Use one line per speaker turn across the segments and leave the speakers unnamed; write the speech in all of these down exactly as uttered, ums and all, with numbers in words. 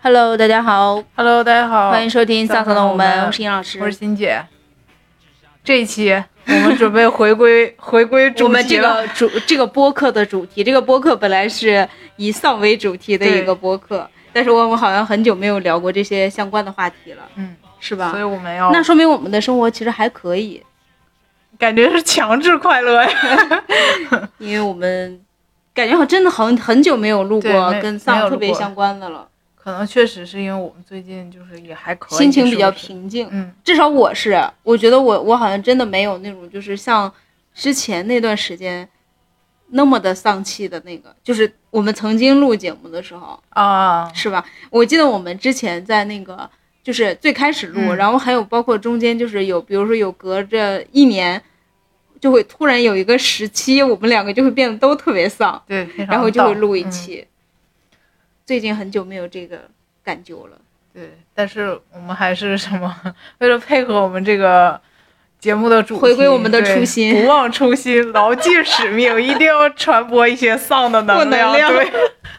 Hello， 大家好。
Hello， 大家好，
欢迎收听丧丧的我们，我是尹老师，
我是欣姐。这一期我们准备回归回归主题了。
我们这个主这个播客的主题，这个播客本来是以丧为主题的一个播客，但是我们好像很久没有聊过这些相关的话题了，
嗯，
是吧？
所以我们要
那说明我们的生活其实还可以，
感觉是强制快乐呀，
因为我们感觉好真的很很久没有录过跟丧特别相关的了。
可能确实是因为我们最近就是也还可以，
心情比较平静，
嗯，
至少我是，我觉得我我好像真的没有那种就是像之前那段时间那么的丧气的那个，就是我们曾经录节目的时候
啊，
是吧？我记得我们之前在那个就是最开始录，
嗯、
然后还有包括中间就是有，比如说有隔着一年，就会突然有一个时期，我们两个就会变得都特别丧，
对，
然后就会录一期。
嗯
最近很久没有这个感觉了，
对，但是我们还是什么，为了配合我们这个节目的主题，
回归我们的初心，
不忘初心，牢记使命，一定要传播一些丧的能量。
能量
对，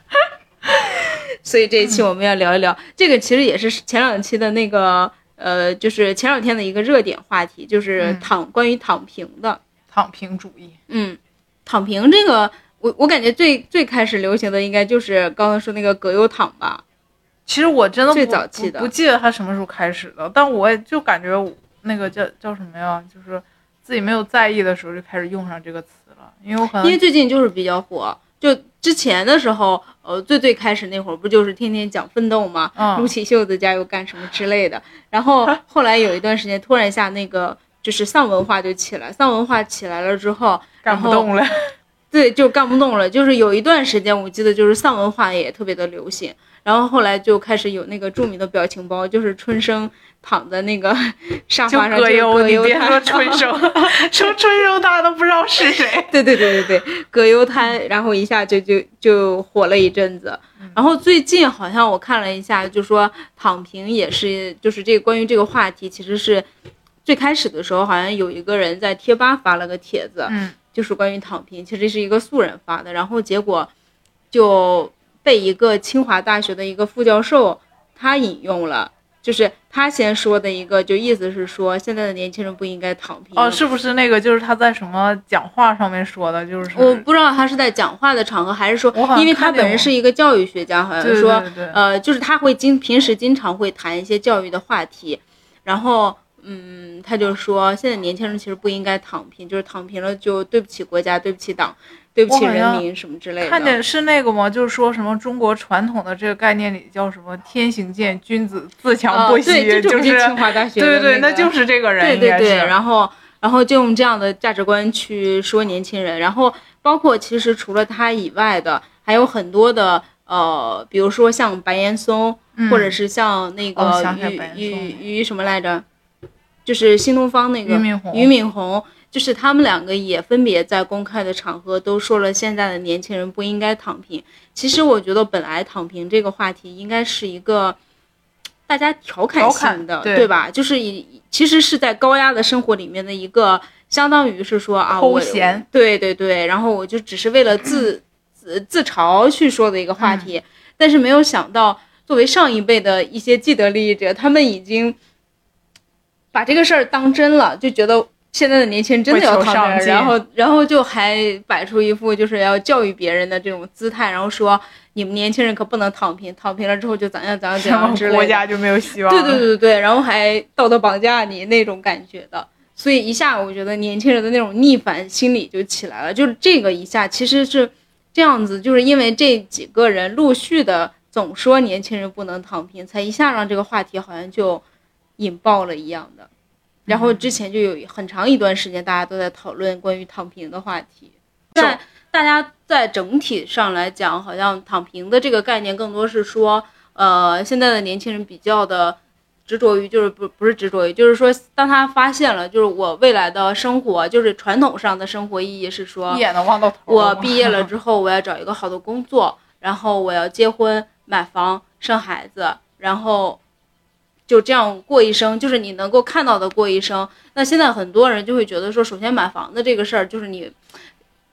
所以这一期我们要聊一聊、嗯、这个，其实也是前两期的那个呃，就是前两天的一个热点话题，就是躺、嗯、关于躺平的
躺平主义。
嗯，躺平这个。我我感觉最最开始流行的应该就是刚刚说那个葛优躺吧。
其实我真的不
最早期的
不, 不记得他什么时候开始的，但我也就感觉那个叫叫什么呀，就是自己没有在意的时候就开始用上这个词了，因为我可能
因为最近就是比较火，就之前的时候，呃，最最开始那会儿不就是天天讲奋斗吗？
嗯，
撸起袖子加油干什么之类的。然后后来有一段时间，突然一下那个就是丧文化就起来，丧文化起来了之后，
干不动了。
对，就干不动了。就是有一段时间，我记得就是丧文化也特别的流行，然后后来就开始有那个著名的表情包，就是春生躺在那个沙发上，
就葛优，
你
别说春生，说春生大家都不知道是谁。
对对对对对，葛优瘫，然后一下就就就火了一阵子。然后最近好像我看了一下，就说躺平也是，就是这个关于这个话题，其实是最开始的时候，好像有一个人在贴吧发了个帖子，
嗯。
就是关于躺平，其实是一个素人发的，然后结果就被一个清华大学的一个副教授他引用了，就是他先说的一个，就意思是说现在的年轻人不应该躺平。
哦，是不是那个就是他在什么讲话上面说的？就是
我不知道他是在讲话的场合，还是说，因为他本人是一个教育学家，好像说，
对对对
呃，就是他会经平时经常会谈一些教育的话题，然后。嗯，他就说现在年轻人其实不应该躺平，就是躺平了就对不起国家，对不起党，对不起人民什么之类的。
看见是那个吗？就是说什么中国传统的这个概念里叫什么天行健，君子自强不息，
哦、对，
就是
清华大学的、
那个、对对，
那
就是这个人，
对对对，然后然后就用这样的价值观去说年轻人，然后包括其实除了他以外的，还有很多的呃，比如说像白岩松，
嗯、
或者是像那个于于于什么来着？就是新东方那个
俞敏洪，
俞敏洪，就是他们两个也分别在公开的场合都说了，现在的年轻人不应该躺平。其实我觉得本来躺平这个话题应该是一个大家调侃性的，
对,
对吧？就是以其实是在高压的生活里面的一个，相当于是说啊，我对对对，然后我就只是为了自自自嘲去说的一个话题，
嗯、
但是没有想到，作为上一辈的一些既得利益者，他们已经。把这个事儿当真了，就觉得现在的年轻人真的要躺平，然后然后就还摆出一副就是要教育别人的这种姿态，然后说你们年轻人可不能躺平，躺平了之后就怎样怎样怎样之类的，
国家就没有希望。
对对对对，然后还道德绑架你那种感觉的，所以一下我觉得年轻人的那种逆反心理就起来了，就是这个一下其实是这样子，就是因为这几个人陆续的总说年轻人不能躺平，才一下让这个话题好像就。引爆了一样的，然后之前就有很长一段时间大家都在讨论关于躺平的话题，但大家在整体上来讲，好像躺平的这个概念更多是说，呃，现在的年轻人比较的执着于，就是不不是执着于，就是说，当他发现了，就是我未来的生活，就是传统上的生活意义是说，
一眼能望到头。
我毕业了之后，我要找一个好的工作，然后我要结婚、买房、生孩子，然后。就这样过一生，就是你能够看到的过一生。那现在很多人就会觉得说，首先买房子这个事儿，就是你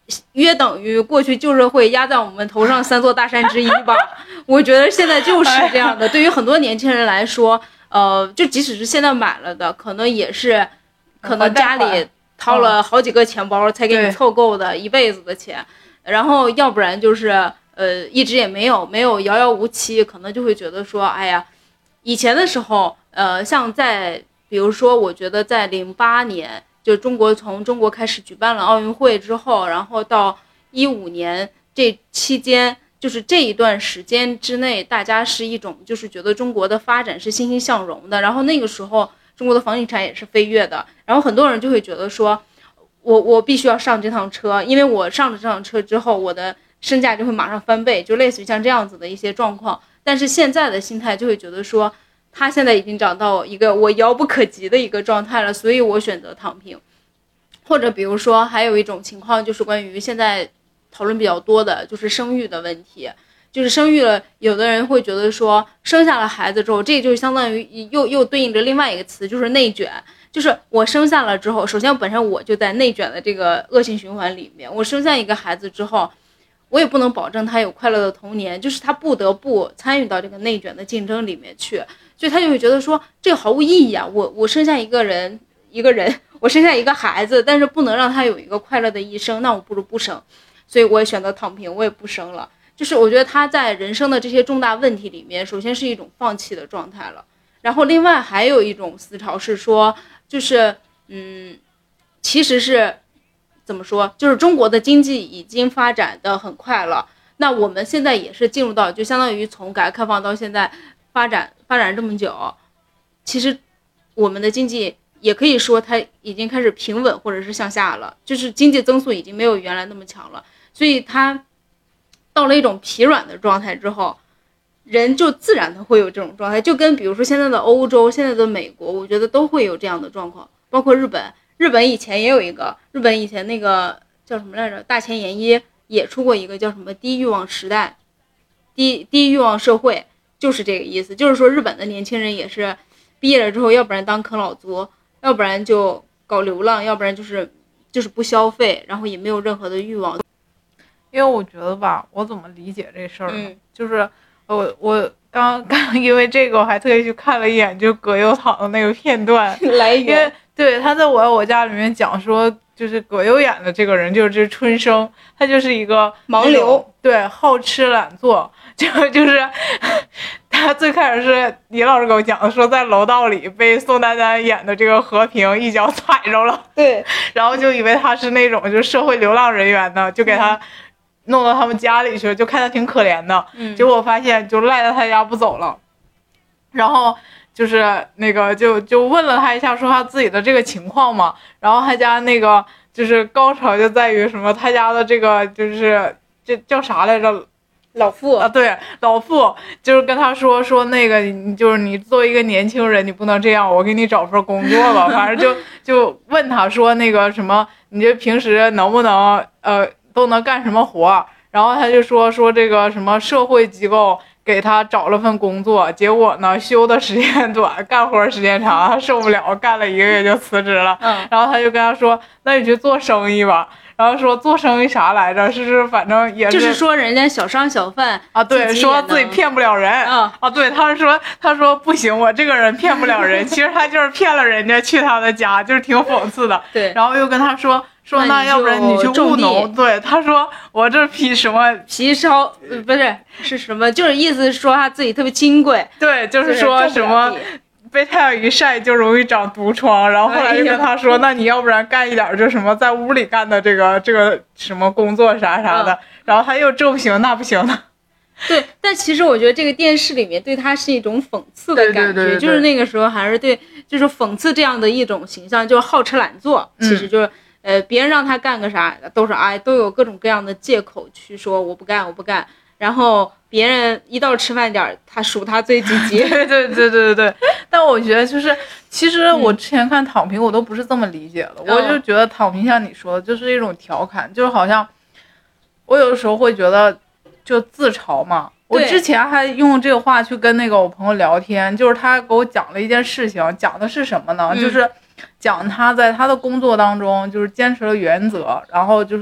约等于过去旧社会压在我们头上三座大山之一吧。我觉得现在就是这样的。对于很多年轻人来说，呃，就即使是现在买了的，可能也是，可能家里掏了好几个钱包才给你凑够的一辈子的钱，然后要不然就是呃一直也没有没有遥遥无期，可能就会觉得说，哎呀，以前的时候，呃，像在比如说，我觉得在零八年。就中国从中国开始举办了奥运会之后，然后到一五年这期间，就是这一段时间之内，大家是一种就是觉得中国的发展是欣欣向荣的，然后那个时候中国的房地产也是飞跃的，然后很多人就会觉得说，我我必须要上这趟车，因为我上了这趟车之后，我的身价就会马上翻倍，就类似于像这样子的一些状况。但是现在的心态就会觉得说，他现在已经长到一个我遥不可及的一个状态了，所以我选择躺平。或者比如说还有一种情况，就是关于现在讨论比较多的就是生育的问题，就是生育了，有的人会觉得说生下了孩子之后，这就相当于又又对应着另外一个词，就是内卷。就是我生下了之后，首先本身我就在内卷的这个恶性循环里面，我生下一个孩子之后，我也不能保证他有快乐的童年，就是他不得不参与到这个内卷的竞争里面去，所以他就会觉得说这个毫无意义啊！我我生下一个人，一个人，我生下一个孩子，但是不能让他有一个快乐的一生，那我不如不生，所以我也选择躺平，我也不生了。就是我觉得他在人生的这些重大问题里面，首先是一种放弃的状态了，然后另外还有一种思潮是说，就是嗯，其实是。怎么说？就是中国的经济已经发展的很快了，那我们现在也是进入到，就相当于从改革开放到现在发展发展这么久，其实我们的经济也可以说它已经开始平稳或者是向下了，就是经济增速已经没有原来那么强了，所以它到了一种疲软的状态之后，人就自然的会有这种状态，就跟比如说现在的欧洲、现在的美国，我觉得都会有这样的状况，包括日本。日本以前也有一个，日本以前那个叫什么来着？大前研一也出过一个叫什么低欲望时代，低低欲望社会，就是这个意思。就是说日本的年轻人也是毕业了之后，要不然当啃老族，要不然就搞流浪，要不然就是就是不消费，然后也没有任何的欲望。
因为我觉得吧，我怎么理解这事儿呢？
嗯、
就是我我刚刚因为这个我还特意去看了一眼，就葛优躺的那个片段
来源，
因为对他在我爱我家里面讲说，就是葛优演的这个人就是这春生，他就是一个
盲流，
对，好吃懒做，就就是他最开始是李老师给我讲的，说在楼道里被宋丹丹演的这个和平一脚踩着了，
对，
然后就以为他是那种就是社会流浪人员呢，就给他弄到他们家里去，就看他挺可怜的，
嗯，
结果发现就赖在他家不走了，然后。就是那个就就问了他一下，说他自己的这个情况嘛，然后他家那个就是高潮就在于什么，他家的这个就是这叫啥来着，
老傅
啊，对，老傅就是跟他说说那个，你就是你作为一个年轻人，你不能这样，我给你找份工作吧，反正就就问他说那个什么，你这平时能不能呃都能干什么活，然后他就说说这个什么社会机构。给他找了份工作，结果呢休的时间短，干活时间长，他受不了，干了一个月就辞职了。
嗯，
然后他就跟他说：“那你去做生意吧。”然后说做生意啥来着？是是反正也是，
就是说人家小商小贩
啊，对，说自己骗不了人。
啊
啊，对，他说他说不行，我这个人骗不了人。其实他就是骗了人家去他的家，就是挺讽刺的。
对，
然后又跟他说。说那要不然你去务农，对，他说我这皮什么
皮烧、呃、不是是什么，就是意思是说他自己特别清贵，
对，就是说什么被太阳一晒就容易长毒疮，然后后来就跟他说、哎、那你要不然干一点就什么在屋里干的这个这个什么工作啥啥的、嗯、然后他又这不行那不行的。
对，但其实我觉得这个电视里面对他是一种讽刺的感觉，
对对对对对，
就是那个时候还是对就是讽刺这样的一种形象，就是好吃懒做、嗯、其实就是呃，别人让他干个啥，都是哎，都有各种各样的借口去说我不干，我不干。然后别人一到吃饭点，他数他最积极。
对对对对对对。但我觉得就是，其实我之前看躺平，我都不是这么理解的。嗯、我就觉得躺平像你说的，就是一种调侃，就是好像我有的时候会觉得就自嘲嘛。我之前还用这个话去跟那个我朋友聊天，就是他给我讲了一件事情，讲的是什么呢？嗯、就是。讲他在他的工作当中就是坚持了原则，然后就是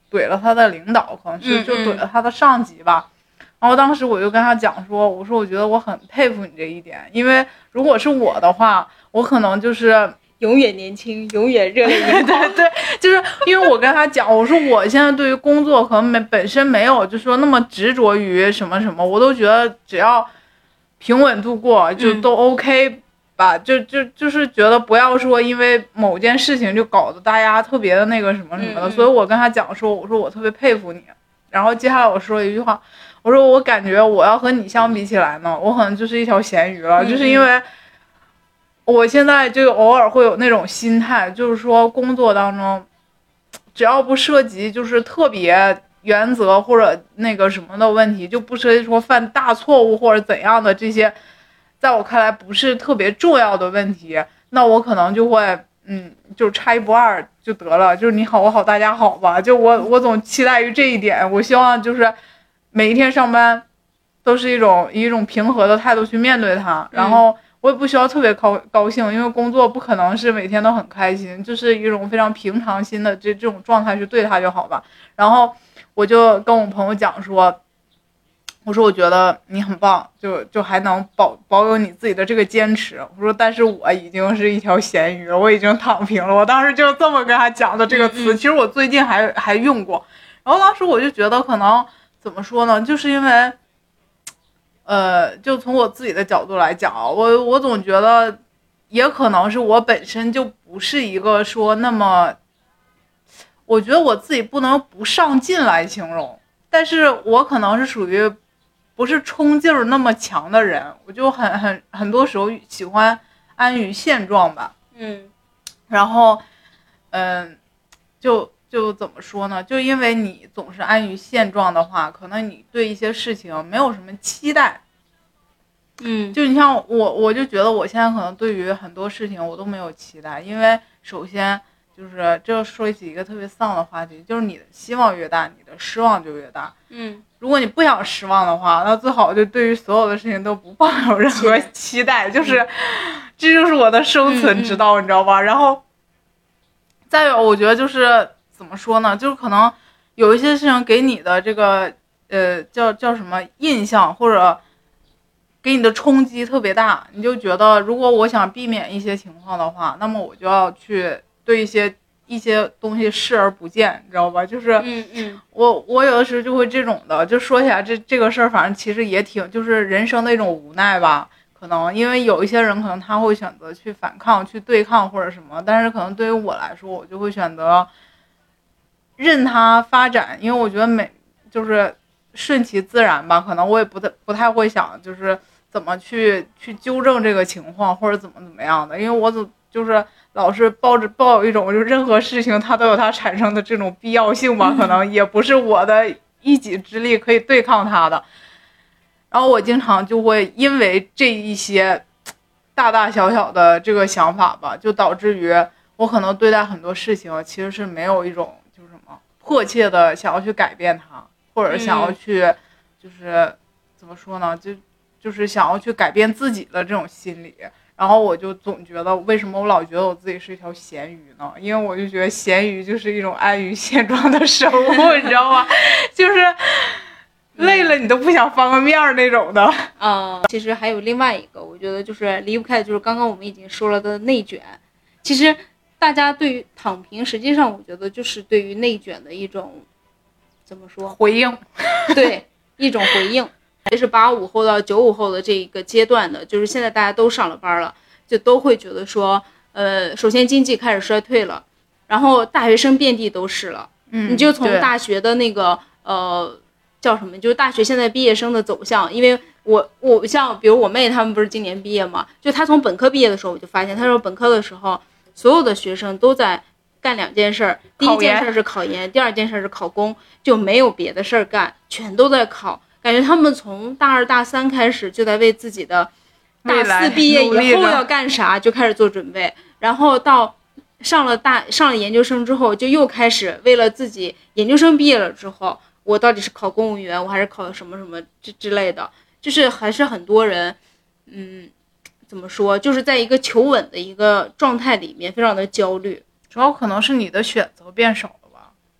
怼了他的领导，可能是
嗯
就怼了他的上级吧。然后当时我就跟他讲说，我说我觉得我很佩服你这一点，因为如果是我的话，我可能就是
永远年轻，永远热泪盈
眶。对对，就是因为我跟他讲，我说我现在对于工作可能没本身没有就说那么执着于什么什么，我都觉得只要平稳度过就都 OK 吧，嗯、就就就是觉得不要说因为某件事情就搞得大家特别的那个什么什么的，
嗯、
所以我跟他讲说，我说我特别佩服你。然后接下来我说了一句话，我说我感觉我要和你相比起来呢，我可能就是一条咸鱼了，
嗯、
就是因为我现在就偶尔会有那种心态，就是说工作当中只要不涉及就是特别原则或者那个什么的问题，就不涉及说犯大错误或者怎样的这些在我看来不是特别重要的问题，那我可能就会嗯，就差一不二就得了，就是你好我好大家好吧，就我我总期待于这一点，我希望就是每一天上班都是一种以一种平和的态度去面对它，然后我也不需要特别高高兴，因为工作不可能是每天都很开心，就是一种非常平常心的这这种状态去对它就好吧。然后我就跟我朋友讲说，我说我觉得你很棒，就就还能保保有你自己的这个坚持。我说但是我已经是一条咸鱼，我已经躺平了。我当时就这么跟他讲的这个词，
嗯嗯
其实我最近还还用过。然后当时我就觉得可能怎么说呢，就是因为呃，就从我自己的角度来讲，我我总觉得也可能是我本身就不是一个说那么，我觉得我自己不能不上进来形容，但是我可能是属于不是冲劲儿那么强的人，我就很很很多时候喜欢安于现状吧。
嗯，
然后，嗯，就就怎么说呢？就因为你总是安于现状的话，可能你对一些事情没有什么期待。
嗯，
就你像我，我就觉得我现在可能对于很多事情我都没有期待，因为首先就是这说起一个特别丧的话题，就是你的希望越大，你的失望就越大。
嗯，
如果你不想失望的话，那最好就对于所有的事情都不抱有任何期待，就是、嗯、这就是我的生存之道，嗯嗯你知道吧？然后再有，我觉得就是怎么说呢，就是可能有一些事情给你的这个呃叫叫什么印象或者给你的冲击特别大，你就觉得如果我想避免一些情况的话，那么我就要去对一些一些东西视而不见，你知道吧？就是
嗯嗯，
我我有的时候就会这种的，就说起来这这个事儿，反正其实也挺就是人生的一种无奈吧。可能因为有一些人可能他会选择去反抗、去对抗或者什么，但是可能对于我来说，我就会选择任它发展，因为我觉得每就是顺其自然吧。可能我也不太不太会想就是怎么去去纠正这个情况或者怎么怎么样的，因为我总就是老是抱着抱有一种就任何事情它都有它产生的这种必要性吧，可能也不是我的一己之力可以对抗它的。然后我经常就会因为这一些大大小小的这个想法吧，就导致于我可能对待很多事情其实是没有一种就是什么迫切的想要去改变它，或者想要去就是怎么说呢，就就是想要去改变自己的这种心理。然后我就总觉得为什么我老觉得我自己是一条咸鱼呢？因为我就觉得咸鱼就是一种安于现状的生物，你知道吗？就是累了你都不想翻个面儿那种的。
嗯，其实还有另外一个，我觉得就是离不开的，就是刚刚我们已经说了的内卷。其实大家对于躺平，实际上我觉得就是对于内卷的一种怎么说
回应，
对，一种回应。也是八五后到九五后的这一个阶段的，就是现在大家都上了班了，就都会觉得说，呃，首先经济开始衰退了，然后大学生遍地都是了，
嗯，
你就从大学的那个呃叫什么，就是大学现在毕业生的走向，因为我我像比如我妹他们不是今年毕业嘛，就她从本科毕业的时候我就发现，她说本科的时候所有的学生都在干两件事儿，第一件事是考研，第二件事是考公，就没有别的事儿干，全都在考。感觉他们从大二大三开始就在为自己的大四毕业以后要干啥就开始做准备，然后到上了大上了研究生之后就又开始为了自己研究生毕业了之后我到底是考公务员我还是考什么什么之之类的，就是还是很多人嗯怎么说，就是在一个求稳的一个状态里面非常的焦虑。
主要可能是你的选择变少了吧，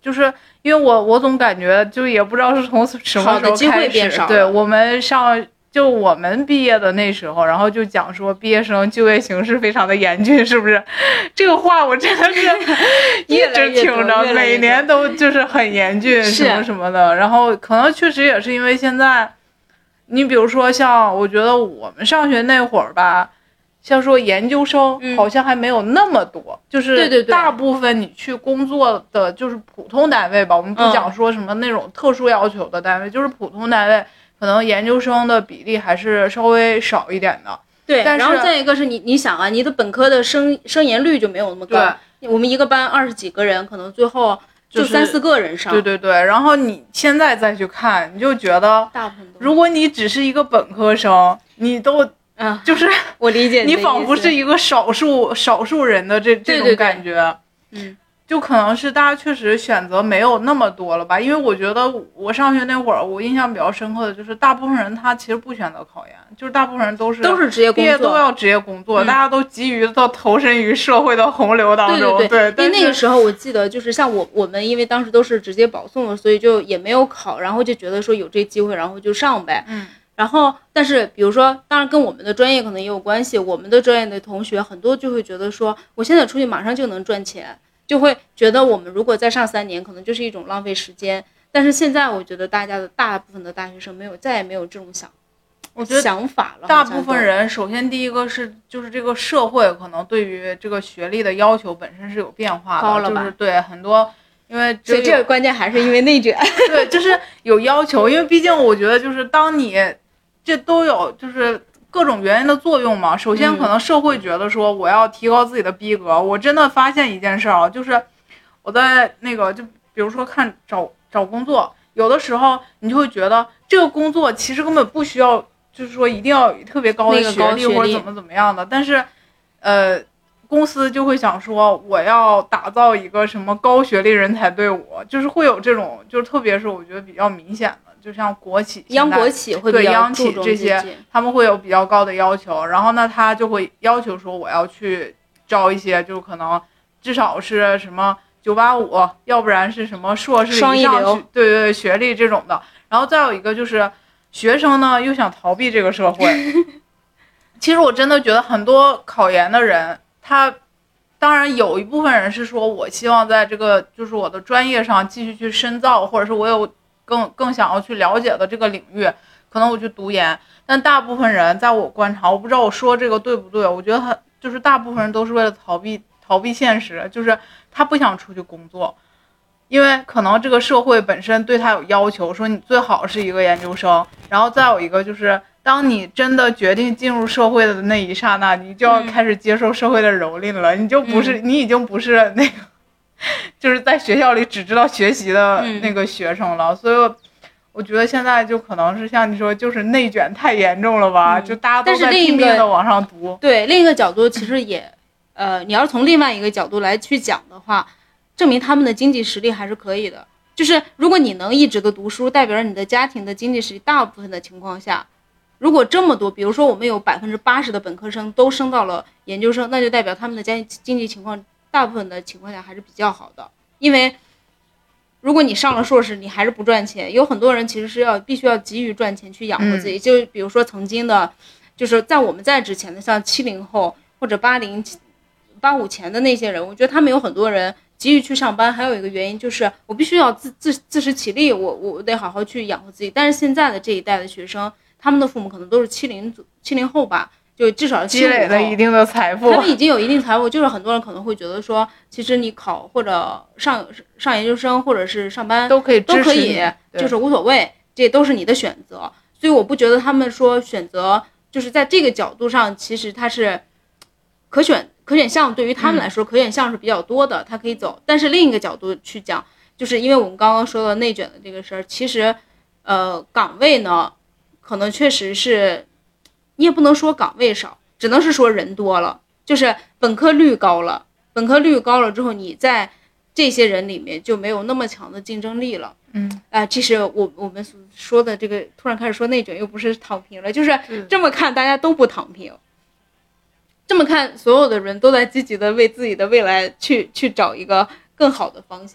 就是因为我我总感觉就也不知道是从什么时候开始，对我们上就我们毕业的那时候，然后就讲说毕业生就业形势非常的严峻，是不是？这个话我真的是一直听着，每年都就是很严峻什么什么的。然后可能确实也是因为现在，你比如说像我觉得我们上学那会儿吧。像说研究生好像还没有那么多，
嗯、
就是大部分你去工作的就是普通单位吧，我们不讲说什么那种特殊要求的单位，嗯、就是普通单位，可能研究生的比例还是稍微少一点的。
对，
但是
然后再一个是你你想啊，你的本科的升升研率就没有那么高，我们一个班二十几个人，可能最后就三四个人上。
对对对，然后你现在再去看，你就觉得，
大部分
如果你只是一个本科生，你都。
嗯，
就是
我理解
你仿佛是一个少数少数人的这这种感觉，
对对对，嗯，
就可能是大家确实选择没有那么多了吧？因为我觉得我上学那会儿，我印象比较深刻的就是大部分人他其实不选择考研，就是大部分人都是
都是职业工作，
毕业都要职业工作，嗯、大家都急于到投身于社会的洪流当中。
对对
对，
因为那个时候我记得就是像我我们因为当时都是直接保送的，所以就也没有考，然后就觉得说有这机会，然后就上呗，
嗯。
然后，但是比如说，当然跟我们的专业可能也有关系。我们的专业的同学很多就会觉得说，我现在出去马上就能赚钱，就会觉得我们如果再上三年，可能就是一种浪费时间。但是现在我觉得大家的大部分的大学生没有，再也没有这种想，
我觉得
想法了。
大部分人，首先第一个是就是这个社会可能对于这个学历的要求本身是有变化的，
高了吧？
就是对很多。因为
所以这个关键还是因为内卷，
对，就是有要求，因为毕竟我觉得就是当你这都有就是各种原因的作用嘛。首先可能社会觉得说我要提高自己的逼格，嗯、我真的发现一件事啊，就是我在那个就比如说看找找工作，有的时候你就会觉得这个工作其实根本不需要，就是说一定要有特别高的学历或者怎么怎么样的，但是呃。公司就会想说我要打造一个什么高学历人才队伍，就是会有这种，就是特别是我觉得比较明显的，就像国企、
央国企会
对央企这些，他们会有比较高的要求，然后呢，他就会要求说我要去招一些，就可能至少是什么九八五，要不然是什么硕士以上，对对对，学历这种的。然后再有一个就是学生呢又想逃避这个社会。其实我真的觉得很多考研的人。他当然有一部分人是说我希望在这个就是我的专业上继续去深造，或者是我有更更想要去了解的这个领域，可能我去读研。但大部分人在我观察，我不知道我说这个对不对，我觉得他就是大部分人都是为了逃避逃避现实，就是他不想出去工作，因为可能这个社会本身对他有要求，说你最好是一个研究生，然后再有一个就是当你真的决定进入社会的那一刹那，你就要开始接受社会的蹂躏了，嗯、你就不是你已经不是那个就是在学校里只知道学习的那个学生了，嗯、所以我觉得现在就可能是像你说，就是内卷太严重了吧，嗯、就大家都在拼命的往上读。
对，另一个角度其实也，呃，你要从另外一个角度来去讲的话，证明他们的经济实力还是可以的。就是如果你能一直的读书，代表着你的家庭的经济实力，大部分的情况下。如果这么多，比如说我们有百分之八十的本科生都升到了研究生，那就代表他们的家经济情况大部分的情况下还是比较好的。因为如果你上了硕士，你还是不赚钱，有很多人其实是要必须要急于赚钱去养活自己。嗯、就比如说曾经的，就是在我们在之前的，像七零后或者八零、八五前的那些人，我觉得他们有很多人急于去上班，还有一个原因就是我必须要自自自食其力，我我得好好去养活自己。但是现在的这一代的学生。他们的父母可能都是七零七零后吧，就至少是
积累了一定的财富，
他们已经有一定财富。就是很多人可能会觉得说，其实你考或者上上研究生或者是上班
都可以
都可以，就是无所谓，这都是你的选择。所以我不觉得他们说选择就是在这个角度上，其实它是可选可选项，对于他们来说，嗯、可选项是比较多的，他可以走。但是另一个角度去讲，就是因为我们刚刚说的内卷的这个事儿，其实呃岗位呢。可能确实是，你也不能说岗位少，只能是说人多了，就是本科率高了。本科率高了之后，你在这些人里面就没有那么强的竞争力了。
嗯，
啊、呃，其实我我们说的这个突然开始说内卷，又不是躺平了，就是这么看大家都不躺平，这么看所有的人都在积极的为自己的未来去去找一个更好的方向。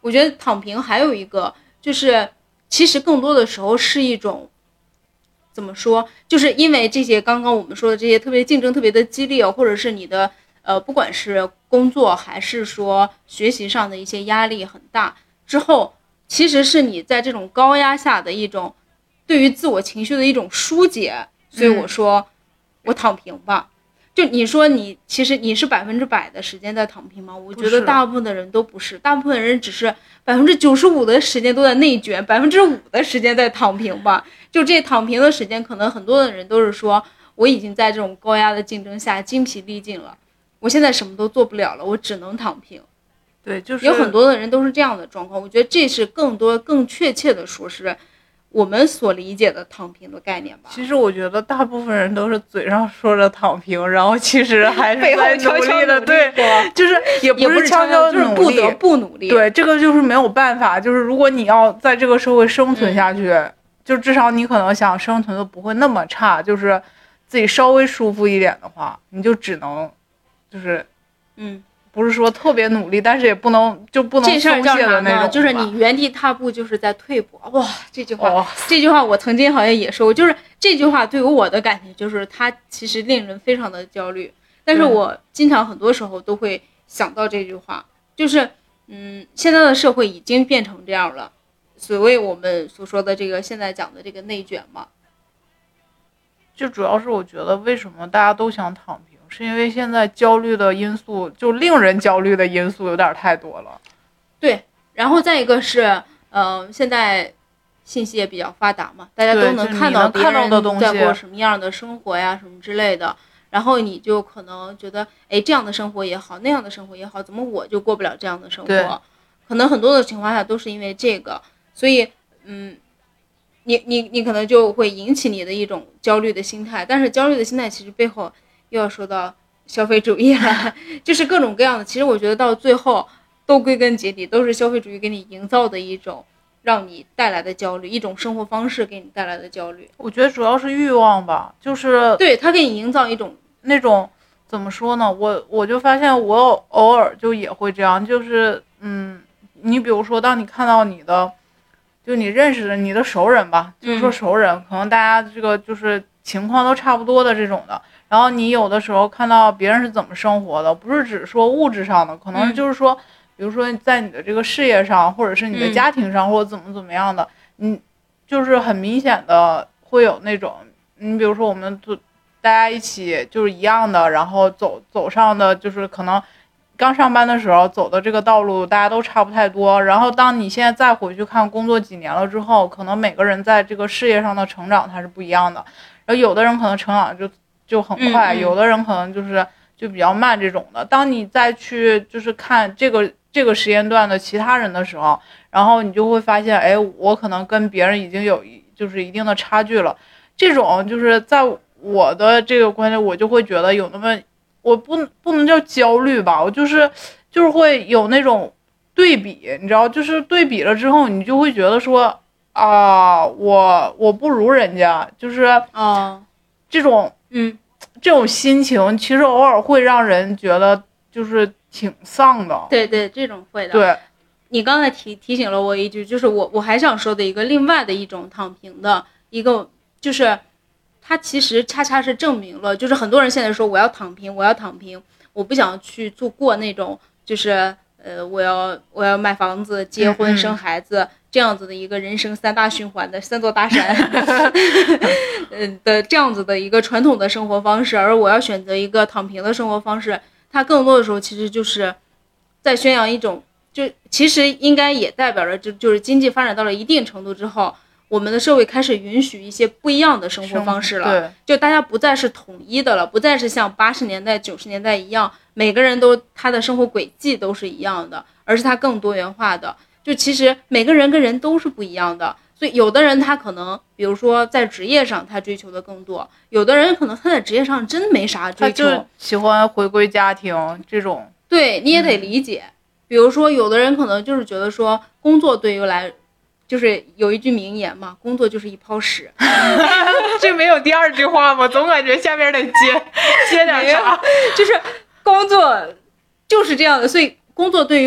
我觉得躺平还有一个就是，其实更多的时候是一种怎么说，就是因为这些刚刚我们说的这些特别竞争特别的激烈，或者是你的呃不管是工作还是说学习上的一些压力很大之后，其实是你在这种高压下的一种对于自我情绪的一种疏解。所以我说、嗯、我躺平吧。就你说你其实你是百分之百的时间在躺平吗？我觉得大部分的人都不是，大部分人只是百分之九十五的时间都在内卷，百分之五的时间在躺平吧。就这躺平的时间，可能很多的人都是说，我已经在这种高压的竞争下精疲力尽了，我现在什么都做不了了，我只能躺平。
对，就是
有很多的人都是这样的状况。我觉得这是更多更确切的说是我们所理解的躺平的概念吧。
其实我觉得大部分人都是嘴上说着躺平，然后其实还是在努力的。对，就是也不是悄悄
就是不得不努力。
对，这个就是没有办法。就是如果你要在这个社会生存下去、嗯、就至少你可能想生存的不会那么差，就是自己稍微舒服一点的话，你就只能就是
嗯。
不是说特别努力，但是也不能就不能松懈的那种，
就是你原地踏步就是在退步。哇，这句话、哦、这句话我曾经好像也说过，就是这句话对于我的感觉就是它其实令人非常的焦虑，但是我经常很多时候都会想到这句话，就是嗯，现在的社会已经变成这样了，所谓我们所说的这个现在讲的这个内卷嘛，
就主要是我觉得为什么大家都想躺平，是因为现在焦虑的因素，就令人焦虑的因素有点太多了。
对，然后再一个是，呃，现在信息也比较发达嘛，大家都能看到别人在过什么样的生活呀，什么之类的。然后你就可能觉得，哎，这样的生活也好，那样的生活也好，怎么我就过不了这样的生活？可能很多的情况下都是因为这个，所以，嗯。你你你可能就会引起你的一种焦虑的心态，但是焦虑的心态其实背后又要说到消费主义了，就是各种各样的。其实我觉得到最后都归根结底都是消费主义给你营造的一种让你带来的焦虑，一种生活方式给你带来的焦虑。
我觉得主要是欲望吧，就是
对他给你营造一种
那种怎么说呢？我我就发现我偶尔就也会这样，就是嗯，你比如说当你看到你的。就你认识的你的熟人吧，就是说熟人、嗯、可能大家这个就是情况都差不多的这种的，然后你有的时候看到别人是怎么生活的，不是只说物质上的，可能就是说、嗯、比如说在你的这个事业上或者是你的家庭上、嗯、或者怎么怎么样的，你就是很明显的会有那种，你比如说我们大家一起就是一样的，然后走走上的就是可能刚上班的时候走的这个道路大家都差不太多，然后当你现在再回去看工作几年了之后，可能每个人在这个事业上的成长它是不一样的，然后有的人可能成长就就很快、嗯嗯、有的人可能就是就比较慢这种的。当你再去就是看这个这个时间段的其他人的时候，然后你就会发现，哎，我可能跟别人已经有就是一定的差距了。这种就是在我的这个观点，我就会觉得有那么我不不能叫焦虑吧，我就是就是会有那种对比，你知道，就是对比了之后，你就会觉得说啊，我我不如人家，就是
啊，
这种
嗯，
这种心情其实偶尔会让人觉得就是挺丧的。
对对，这种会的。
对，
你刚才提提醒了我一句，就是我我还想说的一个另外的一种躺平的一个就是。它其实恰恰是证明了，就是很多人现在说我要躺平，我要躺平，我不想去做过那种就是呃我要我要买房子、结婚、生孩子这样子的一个人生三大循环的三座大山，嗯的这样子的一个传统的生活方式，而我要选择一个躺平的生活方式，它更多的时候其实就是在宣扬一种，就其实应该也代表着就就是经济发展到了一定程度之后。我们的社会开始允许一些不一样的生活方式了，就大家不再是统一的了，不再是像八十年代、九十年代一样，每个人都他的生活轨迹都是一样的，而是他更多元化的。就其实每个人跟人都是不一样的，所以有的人他可能，比如说在职业上他追求的更多，有的人可能他在职业上真没啥追求，
他就喜欢回归家庭这种。
对，你也得理解。嗯、比如说，有的人可能就是觉得说，工作对于来。就是有一句名言嘛，工作就是一泡屎。
这没有第二句话吗？总感觉下面得接接点啥。
就是工作就是这样的，所以工作对于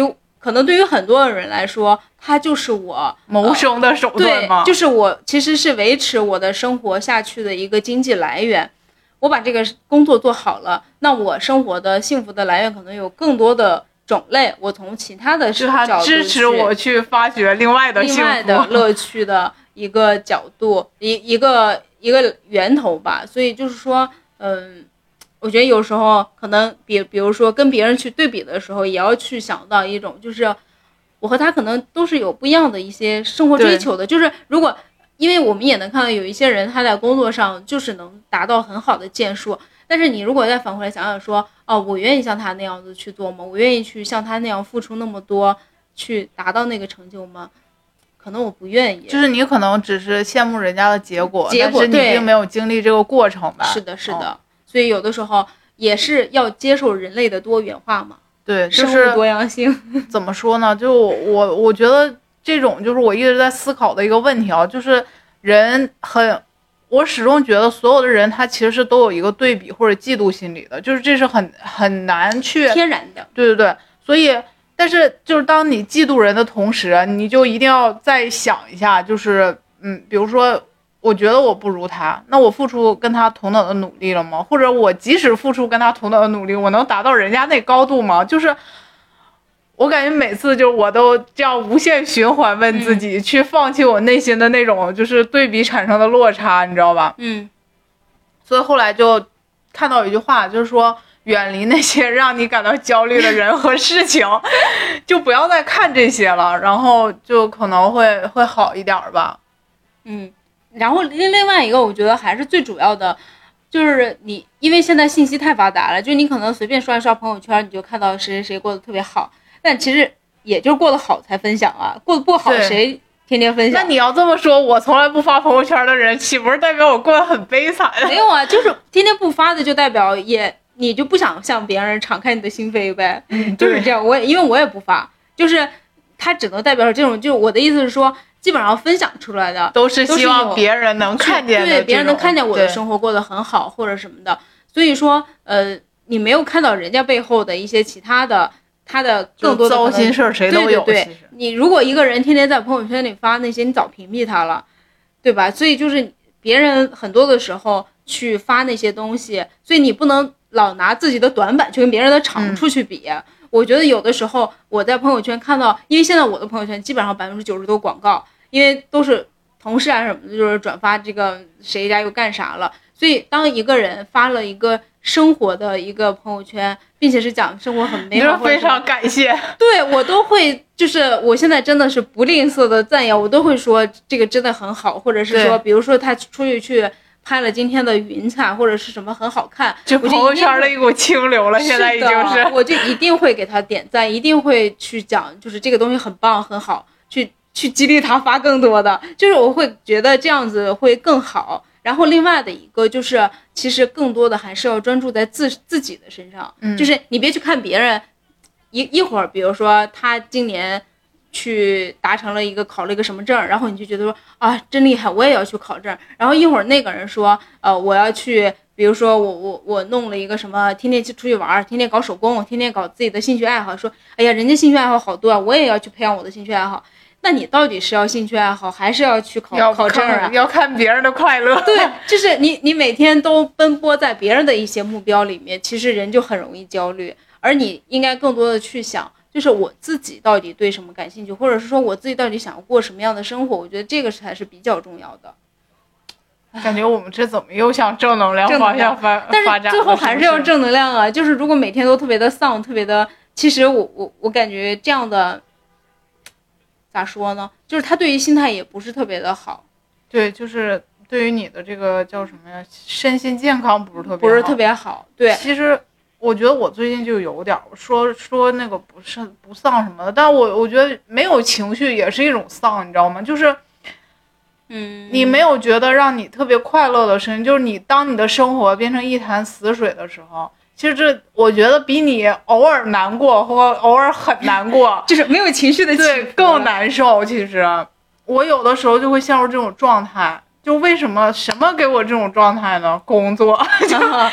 可能对于很多人来说，它就是我
谋生的手段吗？
对，就是我其实是维持我的生活下去的一个经济来源。我把这个工作做好了，那我生活的幸福的来源可能有更多的种类。我从其他的角度
支持我去发掘另外的幸福、
另外的乐趣的一个角度，一一个一个源头吧。所以就是说，嗯，我觉得有时候可能比比如说跟别人去对比的时候，也要去想到一种，就是我和他可能都是有不一样的一些生活追求的。就是如果因为我们也能看到有一些人他在工作上就是能达到很好的建树，但是你如果再反过来想想说，哦，我愿意像他那样子去做吗？我愿意去像他那样付出那么多去达到那个成就吗？可能我不愿意。
就是你可能只是羡慕人家的结果，
结果
但是你并没有经历这个过程吧？
是的，是的、哦。所以有的时候也是要接受人类的多元化嘛。
对，就是
生物多样性。
怎么说呢？就我我觉得这种就是我一直在思考的一个问题啊，就是人很，我始终觉得所有的人他其实是都有一个对比或者嫉妒心理的，就是这是很很难去
天然的。
对对对，所以但是就是当你嫉妒人的同时，你就一定要再想一下，就是嗯，比如说我觉得我不如他，那我付出跟他同等的努力了吗？或者我即使付出跟他同等的努力，我能达到人家那高度吗？就是我感觉每次就我都这样无限循环问自己、嗯、去放弃我内心的那种就是对比产生的落差，你知道吧？
嗯，
所以后来就看到一句话，就是说远离那些让你感到焦虑的人和事情就不要再看这些了，然后就可能会会好一点吧。
嗯，然后另另外一个我觉得还是最主要的就是你因为现在信息太发达了，就你可能随便刷一刷朋友圈，你就看到谁谁谁过得特别好，但其实也就是过得好才分享啊，过得不好谁天天分享？
那你要这么说，我从来不发朋友圈的人岂不是代表我过得很悲惨？
没有啊，就是天天不发的就代表也你就不想向别人敞开你的心扉呗、
嗯、
就是这样。我也因为我也不发，就是它只能代表这种，就我的意思是说基本上分享出来的
都是希望别人能看见的，
对，别人能看见我的生活过得很好或者什么的。所以说呃你没有看到人家背后的一些其他的他的更多的
糟心事儿谁都有。
对对对，你如果一个人天天在朋友圈里发那些，你早屏蔽他了，对吧？所以就是别人很多的时候去发那些东西，所以你不能老拿自己的短板去跟别人的长处去比、嗯、我觉得有的时候我在朋友圈看到，因为现在我的朋友圈基本上百分之九十都广告，因为都是同事啊什么的，就是转发这个谁家又干啥了。所以当一个人发了一个生活的一个朋友圈，并且是讲生活很美好，
非常感谢，
对，我都会，就是我现在真的是不吝啬的赞扬，我都会说这个真的很好，或者是说比如说他出去去拍了今天的云彩或者是什么很好看，
就朋友圈的一股清流了，现在已经是，
我就一定会给他点赞，一定会去讲就是这个东西很棒很好，去去激励他发更多的，就是我会觉得这样子会更好。然后另外的一个就是，其实更多的还是要专注在自自己的身上，
嗯，
就是你别去看别人，一一会儿，比如说他今年去达成了一个考了一个什么证，然后你就觉得说啊真厉害，我也要去考证。然后一会儿那个人说，呃，我要去，比如说我我我弄了一个什么，天天去出去玩，天天搞手工，天天搞自己的兴趣爱好，说哎呀，人家兴趣爱好好多啊，我也要去培养我的兴趣爱好。那你到底是要兴趣爱好，还是要去考考证啊？
要看别人的快乐。
对，就是你你每天都奔波在别人的一些目标里面，其实人就很容易焦虑。而你应该更多的去想，就是我自己到底对什么感兴趣，或者是说我自己到底想要过什么样的生活。我觉得这个才是比较重要的。
感觉我们这怎么又向正能量方向发
但是最后还
是
要正能量啊！就是如果每天都特别的丧，特别的，其实我我我感觉这样的。咋说呢？就是他对于心态也不是特别的好，
对，就是对于你的这个叫什么呀，身心健康不是特别好，
不是特别好。对，
其实我觉得我最近就有点说说那个不是不丧什么的，但我我觉得没有情绪也是一种丧，你知道吗？就是，
嗯，
你没有觉得让你特别快乐的事情，就是你当你的生活变成一潭死水的时候。其实这我觉得比你偶尔难过或偶尔很难过
就是没有情绪的
对更难受。其实我有的时候就会陷入这种状态，就为什么什么给我这种状态呢？工作、啊、
那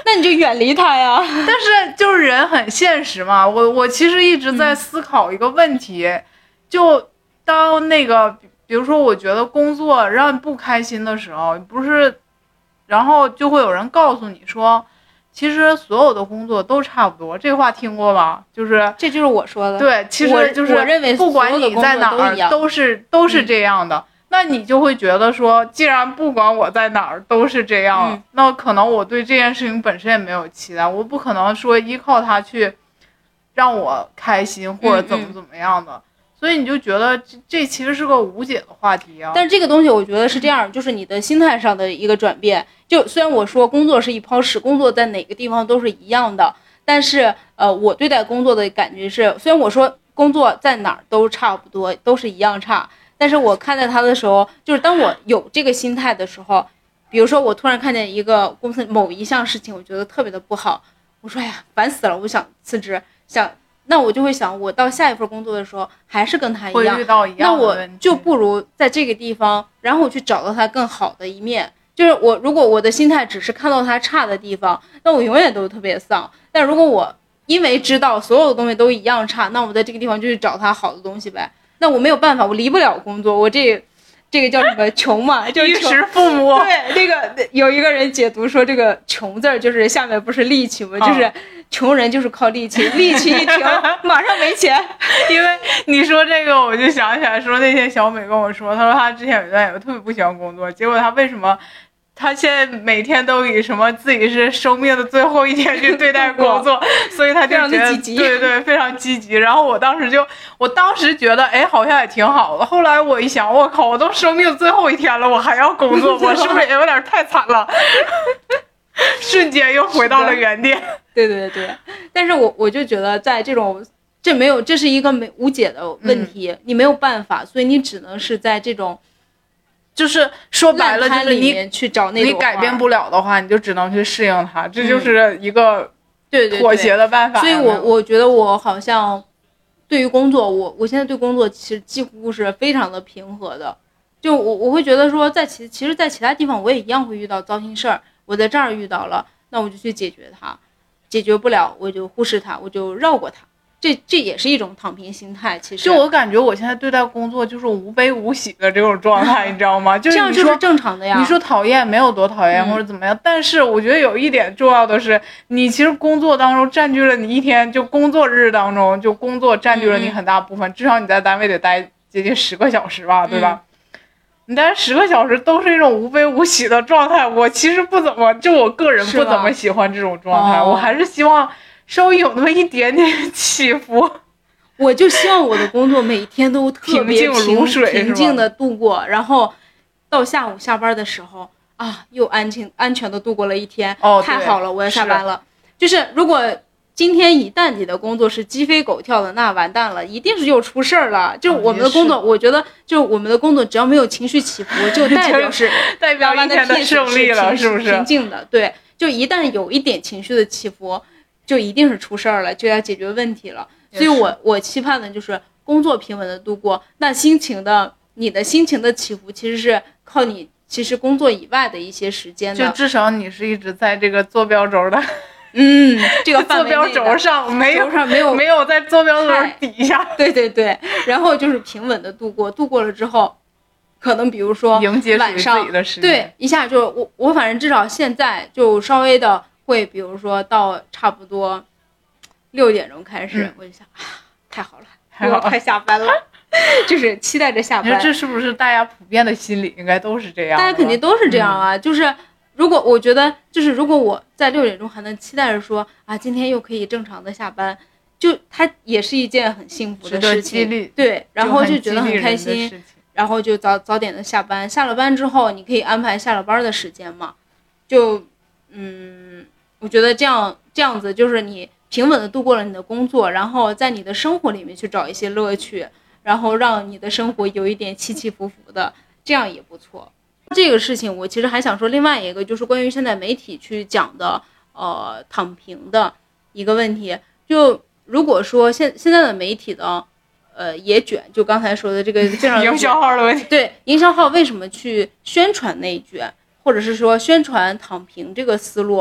那你就远离他呀。
但是就是人很现实嘛，我我其实一直在思考一个问题，嗯、就当那个比如说我觉得工作让你不开心的时候，不是，然后就会有人告诉你说。其实所有的工作都差不多，这话听过吗？就是
这就是我说的。
对，其实就是
我认为
不管你在哪儿都是都是这样的。嗯、那你就会觉得说，既然不管我在哪儿都是这样，嗯、那可能我对这件事情本身也没有期待，我不可能说依靠它去让我开心或者怎么怎么样的。嗯嗯所以你就觉得这这其实是个无解的话题啊。
但是这个东西我觉得是这样，就是你的心态上的一个转变。就虽然我说工作是一泡屎，工作在哪个地方都是一样的，但是呃，我对待工作的感觉是，虽然我说工作在哪儿都差不多，都是一样差，但是我看待它的时候，就是当我有这个心态的时候，比如说我突然看见一个公司某一项事情，我觉得特别的不好，我说哎呀，烦死了，我想辞职，想。那我就会想，我到下一份工作的时候还是跟他一样，
会遇到一样
那我就不如在这个地方，然后我去找到他更好的一面。就是我如果我的心态只是看到他差的地方，那我永远都特别丧。但如果我因为知道所有的东西都一样差，那我在这个地方就去找他好的东西呗。那我没有办法，我离不了工作，我这这个叫什么穷嘛，就是
衣食父母。
对，这个有一个人解读说，这个穷字儿就是下面不是力气吗？就是。穷人就是靠力气，力气一停，马上没钱。
因为你说这个，我就想起来说那天小美跟我说，她说她之前有一段有特别不喜欢工作，结果她为什么她现在每天都以什么自己是生命的最后一天去对待工作，所以她就觉得对对非常积极。然后我当时就，我当时觉得哎好像也挺好的。后来我一想，我靠，我都生命最后一天了，我还要工作，我是不是也有点太惨了？瞬间又回到了原点。
对对对，但是我我就觉得在这种这没有这是一个没无解的问题、嗯，你没有办法，所以你只能是在这种，
就是说白了就是
你去找那种
你改变不了的话，你就只能去适应它，这就是一个对妥协的办法。
所以我我觉得我好像对于工作，我我现在对工作其实几乎是非常的平和的，就我我会觉得说在其其实，在其他地方我也一样会遇到糟心事儿。我在这儿遇到了，那我就去解决它，解决不了我就忽视它，我就绕过它，这这也是一种躺平心态。其实
就我感觉我现在对待工作就是无悲无喜的这种状态，你知道吗？就是
这样就是正常的呀。
你说讨厌没有多讨厌、嗯、或者怎么样，但是我觉得有一点重要的是，你其实工作当中占据了你一天，就工作日当中就工作占据了你很大部分，嗯、至少你在单位得待接近十个小时吧，对吧？嗯你待十个小时都是一种无悲无喜的状态，我其实不怎么，就我个人不怎么喜欢这种状态，我还是希望稍微有那么一点点起伏。
我就希望我的工作每天都特别
平静如水，
平静的度过，然后到下午下班的时候啊，又安静安全的度过了一天，
哦，
太好了，我要下班了。就是如果今天一旦你的工作是鸡飞狗跳的，那完蛋了，一定是又出事儿了。就我们的工作，
啊、
我觉得就我们的工作，只要没有情绪起伏，就代表是
代表一天的胜利了，是不是？
平静的，对。就一旦有一点情绪的起伏，就一定是出事儿了，就要解决问题了。所以我我期盼的就是工作平稳的度过，那心情的你的心情的起伏，其实是靠你其实工作以外的一些时间的。
就至少你是一直在这个坐标轴的。
嗯，这个
坐标轴上没有
上没有
没有在坐标轴底下，
对对对，然后就是平稳的度过，度过了之后，可能比如说
迎接
晚上
自己的时间，
对，一下就我我反正至少现在就稍微的会，比如说到差不多六点钟开始，嗯、我就想啊，太好了，我要快下班了。就是期待着下班。
这是不是大家普遍的心理应该都是这样？
大家肯定都是这样啊，嗯、就是如果我觉得，就是如果我在六点钟还能期待着说啊，今天又可以正常的下班，就它也是一件很幸福的事情，对，然后就觉得很开心，然后就早早点的下班，下了班之后你可以安排下了班的时间嘛，就嗯，我觉得这样这样子就是你平稳的度过了你的工作，然后在你的生活里面去找一些乐趣，然后让你的生活有一点起起伏伏的，这样也不错。这个事情我其实还想说另外一个，就是关于现在媒体去讲的呃躺平的一个问题。就如果说现现在的媒体的呃也卷，就刚才说的这个
营销号的问题，
对，营销号为什么去宣传内卷，或者是说宣传躺平这个思路，我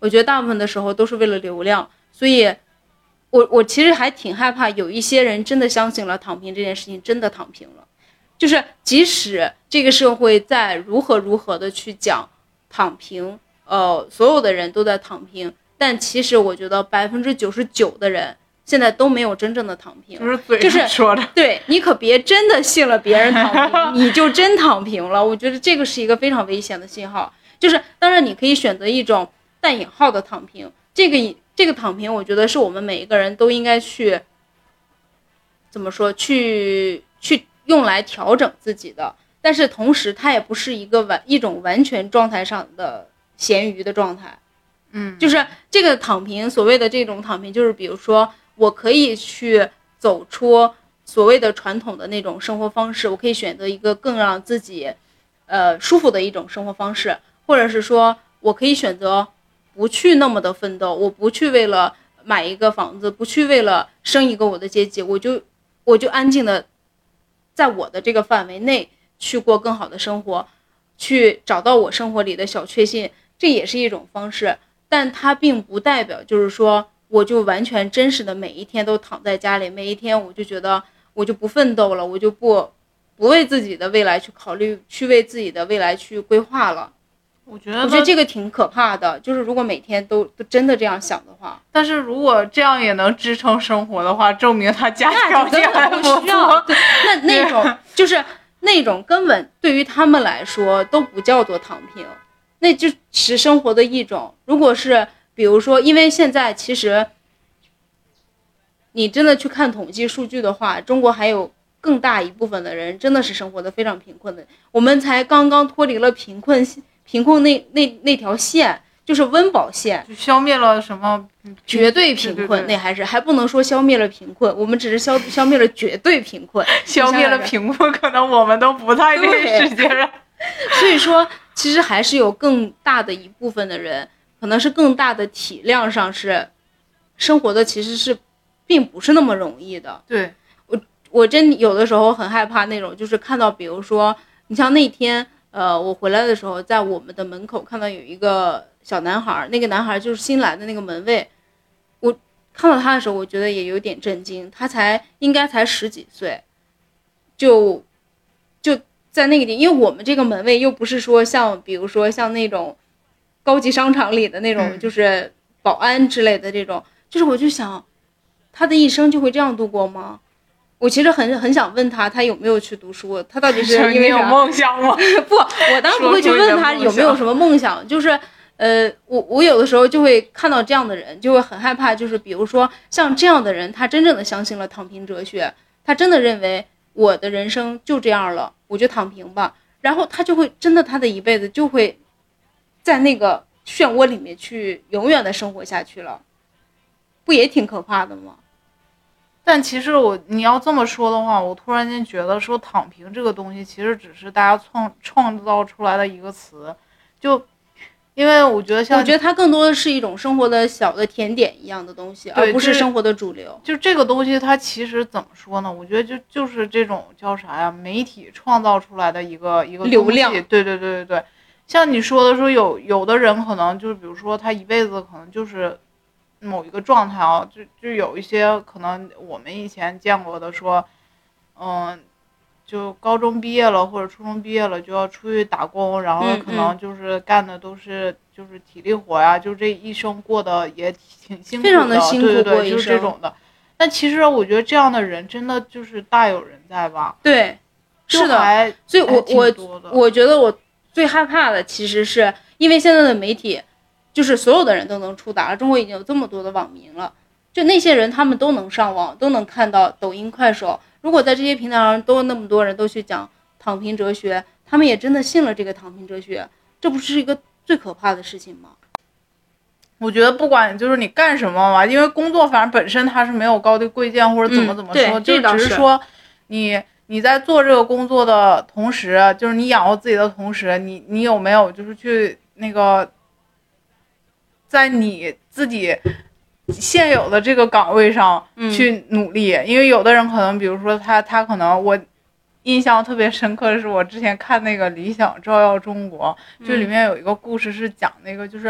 我觉得大部分的时候都是为了流量，所以我我其实还挺害怕有一些人真的相信了躺平这件事情，真的躺平了。就是即使这个社会在如何如何的去讲躺平，呃，所有的人都在躺平，但其实我觉得百分之九十九的人现在都没有真正的躺平，
就是嘴上说的。
就是、对，你可别真的信了别人躺平，你就真躺平了。我觉得这个是一个非常危险的信号。就是当然你可以选择一种带引号的躺平，这个这个躺平，我觉得是我们每一个人都应该去怎么说，去去用来调整自己的。但是同时，它也不是一个完一种完全状态上的咸鱼的状态。
嗯，
就是这个躺平，所谓的这种躺平，就是比如说我可以去走出所谓的传统的那种生活方式，我可以选择一个更让自己呃舒服的一种生活方式，或者是说我可以选择不去那么的奋斗，我不去为了买一个房子，不去为了升一个我的阶级，我就我就安静的在我的这个范围内去过更好的生活，去找到我生活里的小确幸，这也是一种方式。但它并不代表就是说我就完全真实的每一天都躺在家里，每一天我就觉得我就不奋斗了，我就不不为自己的未来去考虑，去为自己的未来去规划了。
我觉得
我觉得这个挺可怕的，就是如果每天都都真的这样想的话。
但是如果这样也能支撑生活的话，证明他家条件还不
需要。对，那那种就是那种根本对于他们来说都不叫做躺平，那就是生活的一种。如果是比如说，因为现在其实你真的去看统计数据的话，中国还有更大一部分的人真的是生活的非常贫困的。我们才刚刚脱离了贫困贫困那那那条线，就是温饱线，
就消灭了什么
绝对贫困。对对对，那还是还不能说消灭了贫困，我们只是消消灭了绝对贫困。
消灭了贫困，可能我们都不在这个世界上。
所以说，其实还是有更大的一部分的人，可能是更大的体量上是生活的，其实是并不是那么容易的。
对，
我我真有的时候很害怕那种，就是看到，比如说，你像那天。呃，我回来的时候，在我们的门口看到有一个小男孩，那个男孩就是新来的那个门卫。我看到他的时候，我觉得也有点震惊，他才应该才十几岁，就就在那个地，因为我们这个门卫又不是说像，比如说像那种高级商场里的那种，就是保安之类的这种，嗯、就是我就想，他的一生就会这样度过吗？我其实很很想问他，他有没有去读书？他到底是因为
有梦想吗？
不，我当然不会去问他有没有什么梦想。就是，呃，我我有的时候就会看到这样的人，就会很害怕。就是比如说像这样的人，他真正的相信了躺平哲学，他真的认为我的人生就这样了，我就躺平吧。然后他就会真的他的一辈子就会在那个漩涡里面去永远的生活下去了，不也挺可怕的吗？
但其实我你要这么说的话，我突然间觉得说躺平这个东西其实只是大家创创造出来的一个词，就因为我觉得像
我觉得它更多的是一种生活的小的甜点一样的东西，而不是生活的主流。
就这个东西它其实怎么说呢，我觉得就就是这种叫啥呀，媒体创造出来的一个一个
流量。
对对对对对，像你说的说有有的人可能就是比如说他一辈子可能就是某一个状态啊，就就有一些可能我们以前见过的说，嗯，就高中毕业了或者初中毕业了就要出去打工，然后可能就是干的都是、嗯嗯、就是体力活呀，就这一生过得也挺辛苦的，
非常的辛苦过一生，
对对对，就是这种的。但其实我觉得这样的人真的就是大有人在吧？
对，是的。所以我我我觉得我最害怕的其实是因为现在的媒体。就是所有的人都能触达了，中国已经有这么多的网民了，就那些人他们都能上网，都能看到抖音快手。如果在这些平台上都那么多人都去讲躺平哲学，他们也真的信了这个躺平哲学，这不是一个最可怕的事情吗？
我觉得不管就是你干什么嘛，因为工作反正本身它是没有高低贵贱或者怎么怎么说、
嗯、
就只是说你你在做这个工作的同时，就是你养活自己的同时，你你有没有就是去那个在你自己现有的这个岗位上去努力、嗯、因为有的人可能比如说他他可能我印象特别深刻的是我之前看那个理想照耀中国、嗯、就里面有一个故事是讲那个就是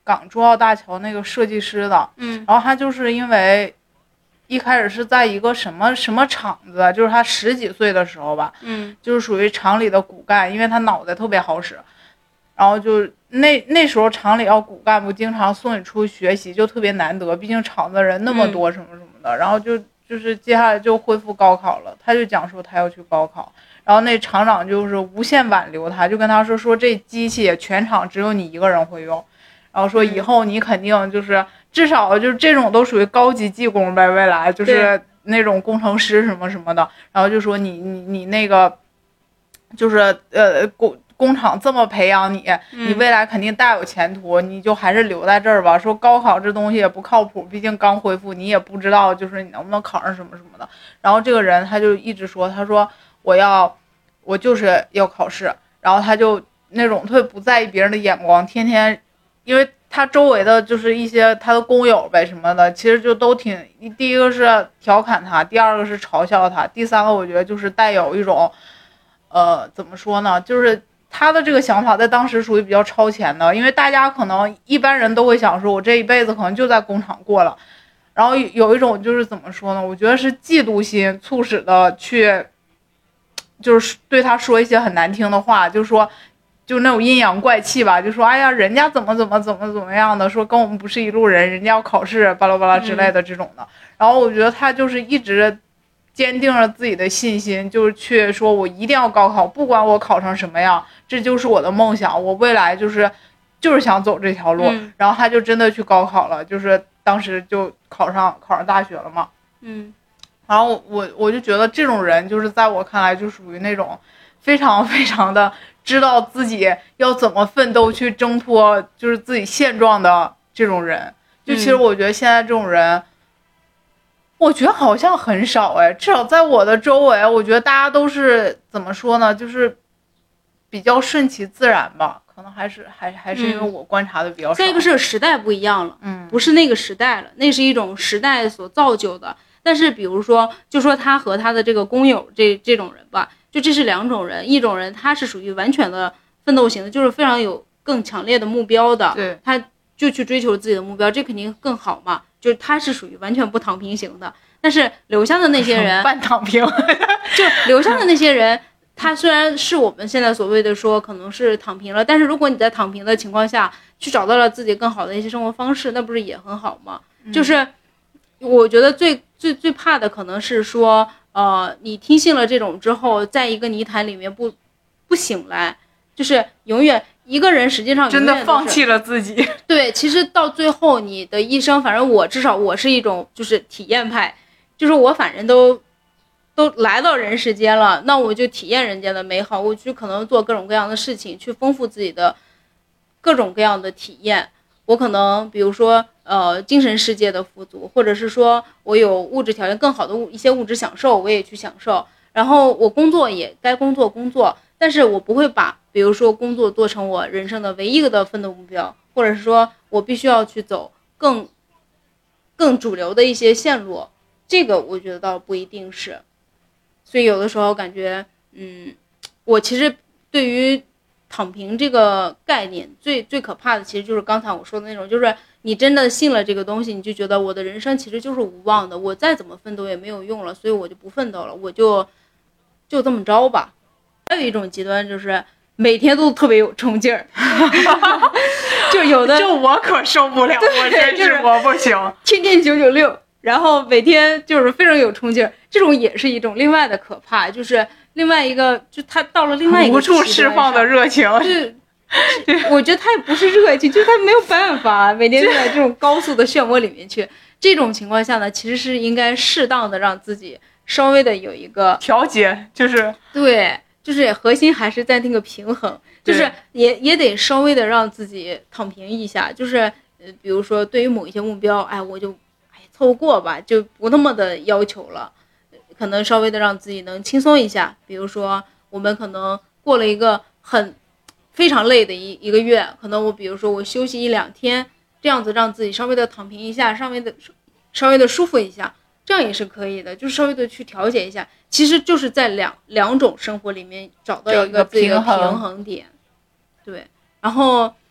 港珠澳大桥那个设计师的，
嗯，
然后他就是因为一开始是在一个什么什么厂子，就是他十几岁的时候吧，
嗯，
就是属于厂里的骨干，因为他脑袋特别好使，然后就那那时候厂里要骨干部经常送你出去学习，就特别难得，毕竟厂子人那么多什么什么的，嗯、然后就就是接下来就恢复高考了，他就讲说他要去高考。然后那厂长就是无限挽留他，就跟他说说这机器全场只有你一个人会用，然后说以后你肯定就是至少就是这种都属于高级技工呗，未来就是那种工程师什么什么的，然后就说你你你那个就是呃工工厂这么培养你，你未来肯定大有前途，你就还是留在这儿吧。说高考这东西也不靠谱，毕竟刚恢复，你也不知道就是你能不能考上什么什么的。然后这个人他就一直说，他说。我要，我就是要考试，然后他就那种特别不在意别人的眼光，天天，因为他周围的就是一些他的工友呗什么的，其实就都挺，第一个是调侃他，第二个是嘲笑他，第三个我觉得就是带有一种，呃，怎么说呢，就是他的这个想法在当时属于比较超前的，因为大家可能一般人都会想说，我这一辈子可能就在工厂过了，然后有一种就是怎么说呢，我觉得是嫉妒心促使的去。就是对他说一些很难听的话，就说就那种阴阳怪气吧，就说哎呀人家怎么怎么怎么怎么样的，说跟我们不是一路人，人家要考试巴拉巴拉之类的这种的、嗯、然后我觉得他就是一直坚定了自己的信心，就是去说我一定要高考，不管我考成什么样，这就是我的梦想，我未来就是就是想走这条路、嗯、然后他就真的去高考了，就是当时就考上考上大学了嘛。
嗯，
然后我我就觉得这种人就是在我看来就属于那种非常非常的知道自己要怎么奋斗去挣脱就是自己现状的这种人。就其实我觉得现在这种人、嗯、我觉得好像很少哎，至少在我的周围我觉得大家都是怎么说呢，就是比较顺其自然吧，可能还是还还是因为我观察的比较少。
再一个是时代不一样了，嗯，不是那个时代了，那是一种时代所造就的。但是比如说就说他和他的这个工友这这种人吧，就这是两种人，一种人他是属于完全的奋斗型的，就是非常有更强烈的目标的，
对，
他就去追求自己的目标，这肯定更好嘛，就是他是属于完全不躺平型的。但是留下的那些人
半躺平
就留下的那些人他虽然是我们现在所谓的说可能是躺平了，但是如果你在躺平的情况下去找到了自己更好的一些生活方式，那不是也很好吗、嗯、就是我觉得最最最怕的可能是说呃，你听信了这种之后，在一个泥潭里面不不醒来，就是永远一个人实际上
真的放弃了自己。
对，其实到最后你的一生，反正我至少我是一种就是体验派，就是我反正都都来到人世间了，那我就体验人间的美好，我去可能做各种各样的事情，去丰富自己的各种各样的体验。我可能比如说呃精神世界的富足，或者是说我有物质条件更好的一些物质享受，我也去享受。然后我工作也该工作工作，但是我不会把比如说工作做成我人生的唯一的奋斗目标，或者是说我必须要去走更更主流的一些线路，这个我觉得倒不一定是。所以有的时候感觉嗯，我其实对于躺平这个概念最最可怕的其实就是刚才我说的那种，就是你真的信了这个东西，你就觉得我的人生其实就是无望的，我再怎么奋斗也没有用了，所以我就不奋斗了，我就就这么着吧。还有一种极端就是每天都特别有冲劲儿就有的
就我可受不了，我真是我不行，
天天九九六，然后每天就是非常有冲劲儿，这种也是一种另外的可怕，就是另外一个就他到了另外一个
无处释放的热情，
就是我觉得他也不是热情，就是他没有办法每天在这种高速的漩涡里面去。这种情况下呢，其实是应该适当的让自己稍微的有一个
调节，就是
对，就是核心还是在那个平衡，就是也也得稍微的让自己躺平一下，就是呃，比如说对于某一些目标，哎，我就哎凑过吧，就不那么的要求了。可能稍微的让自己能轻松一下，比如说我们可能过了一个很非常累的一一个月，可能我比如说我休息一两天，这样子让自己稍微的躺平一下，稍微的稍微的舒服一下，这样也是可以的，就稍微的去调节一下，其实就是在两两种生活里面找到一个自己的平衡点。对，然后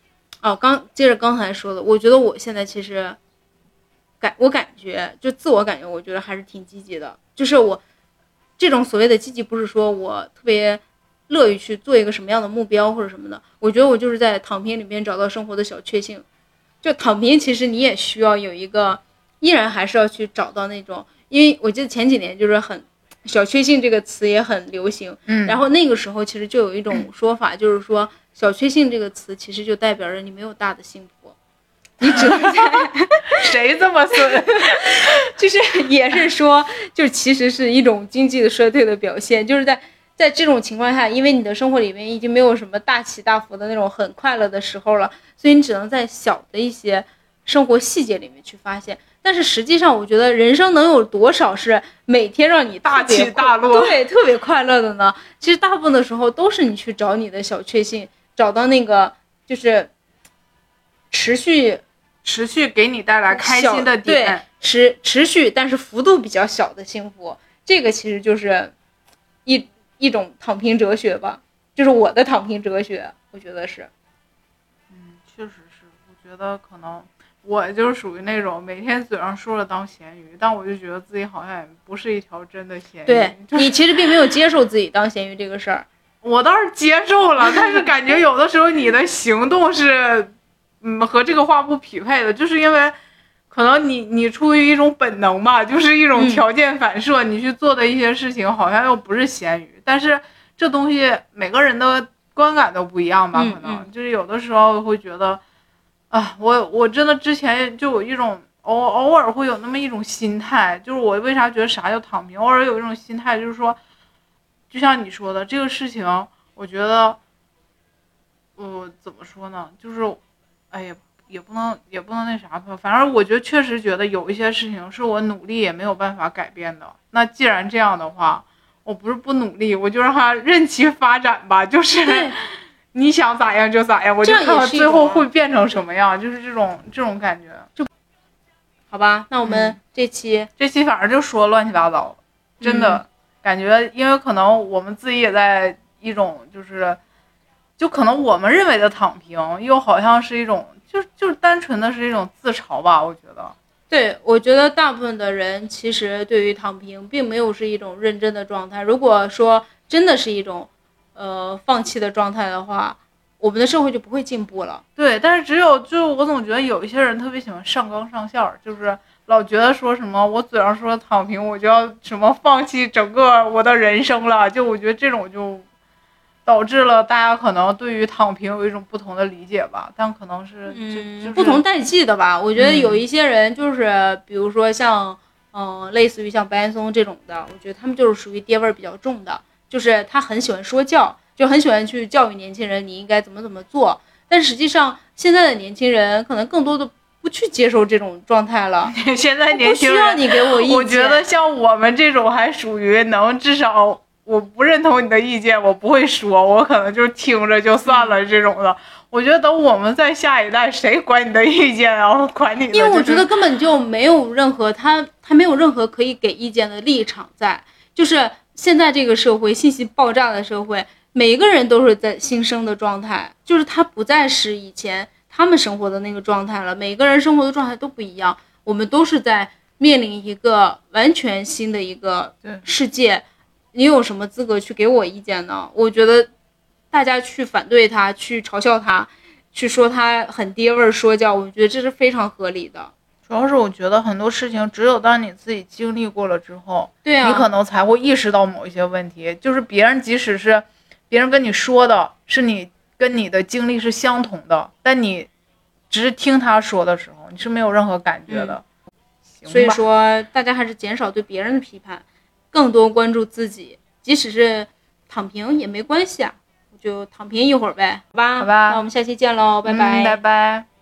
哦，刚接着刚才说的，我觉得我现在其实感我感觉就自我感觉，我觉得还是挺积极的。就是我这种所谓的积极，不是说我特别乐于去做一个什么样的目标或者什么的，我觉得我就是在躺平里面找到生活的小确幸。就躺平，其实你也需要有一个，依然还是要去找到那种，因为我记得前几年就是很小确幸这个词也很流行，
嗯，
然后那个时候其实就有一种说法，就是说小确幸这个词其实就代表着你没有大的幸福，你只能在
谁这么损？
就是也是说，就其实是一种经济的衰退的表现，就是在在这种情况下，因为你的生活里面已经没有什么大起大伏的那种很快乐的时候了，所以你只能在小的一些生活细节里面去发现。但是实际上，我觉得人生能有多少是每天让你
大起大落，
对，特别快乐的呢？其实大部分的时候都是你去找你的小确幸，找到那个就是持续
持续给你带来开心的点，
对，持持续但是幅度比较小的幸福，这个其实就是一一种躺平哲学吧，就是我的躺平哲学，我觉得是。
嗯，确实是，我觉得可能我就是属于那种每天嘴上说了当咸鱼，但我就觉得自己好像也不是一条真的咸鱼。
对、
就是、
你其实并没有接受自己当咸鱼这个事儿。
我倒是接受了，但是感觉有的时候你的行动是，嗯，和这个话不匹配的，就是因为可能你你出于一种本能吧，就是一种条件反射，嗯、你去做的一些事情好像又不是咸鱼，但是这东西每个人的观感都不一样吧，可能、嗯嗯、就是有的时候会觉得，啊，我我真的之前就有一种偶偶尔会有那么一种心态，就是我为啥觉得啥叫躺平，偶尔有一种心态就是说，就像你说的这个事情，我觉得，呃，怎么说呢，就是，哎呀。也不能也不能那啥吧，反正我觉得确实觉得有一些事情是我努力也没有办法改变的。那既然这样的话，我不是不努力，我就让它任其发展吧，就是你想咋样就咋样，我就看看最后会变成什么样，就是这种这种感觉。就
好吧，那我们这期、
嗯、这期反正就说乱七八糟，真的、嗯、感觉，因为可能我们自己也在一种就是，就可能我们认为的躺平，又好像是一种。就就是单纯的是一种自嘲吧，我觉得。
对，我觉得大部分的人其实对于躺平并没有是一种认真的状态。如果说真的是一种，呃，放弃的状态的话，我们的社会就不会进步了。
对，但是只有就我总觉得有一些人特别喜欢上纲上线，就是老觉得说什么我嘴上说躺平，我就要什么放弃整个我的人生了。就我觉得这种就。导致了大家可能对于躺平有一种不同的理解吧，但可能是
嗯、
就是、
不同代际的吧。我觉得有一些人就是，嗯、比如说像嗯、呃，类似于像白岩松这种的，我觉得他们就是属于爹味儿比较重的，就是他很喜欢说教，就很喜欢去教育年轻人你应该怎么怎么做。但实际上现在的年轻人可能更多的不去接受这种状态了。
现在年轻人
不需要你给我意见，
我觉得像我们这种还属于能至少。我不认同你的意见，我不会说，我可能就听着就算了这种的。我觉得等我们在下一代，谁管你的意见啊？我管你的、就是。
因为我觉得根本就没有任何他他没有任何可以给意见的立场在。就是现在这个社会信息爆炸的社会，每一个人都是在新生的状态，就是他不再是以前他们生活的那个状态了。每个人生活的状态都不一样，我们都是在面临一个完全新的一个世界。你有什么资格去给我意见呢？我觉得大家去反对他，去嘲笑他，去说他很爹味儿说教，我觉得这是非常合理的。
主要是我觉得很多事情只有当你自己经历过了之后，
对啊，
你可能才会意识到某一些问题。就是别人即使是别人跟你说的是你跟你的经历是相同的，但你只是听他说的时候，你是没有任何感觉的。
嗯、所以说大家还是减少对别人的批判，更多关注自己，即使是躺平也没关系啊，就躺平一会儿呗，好吧？
好吧，
那我们下期见喽，拜拜，
嗯、拜拜。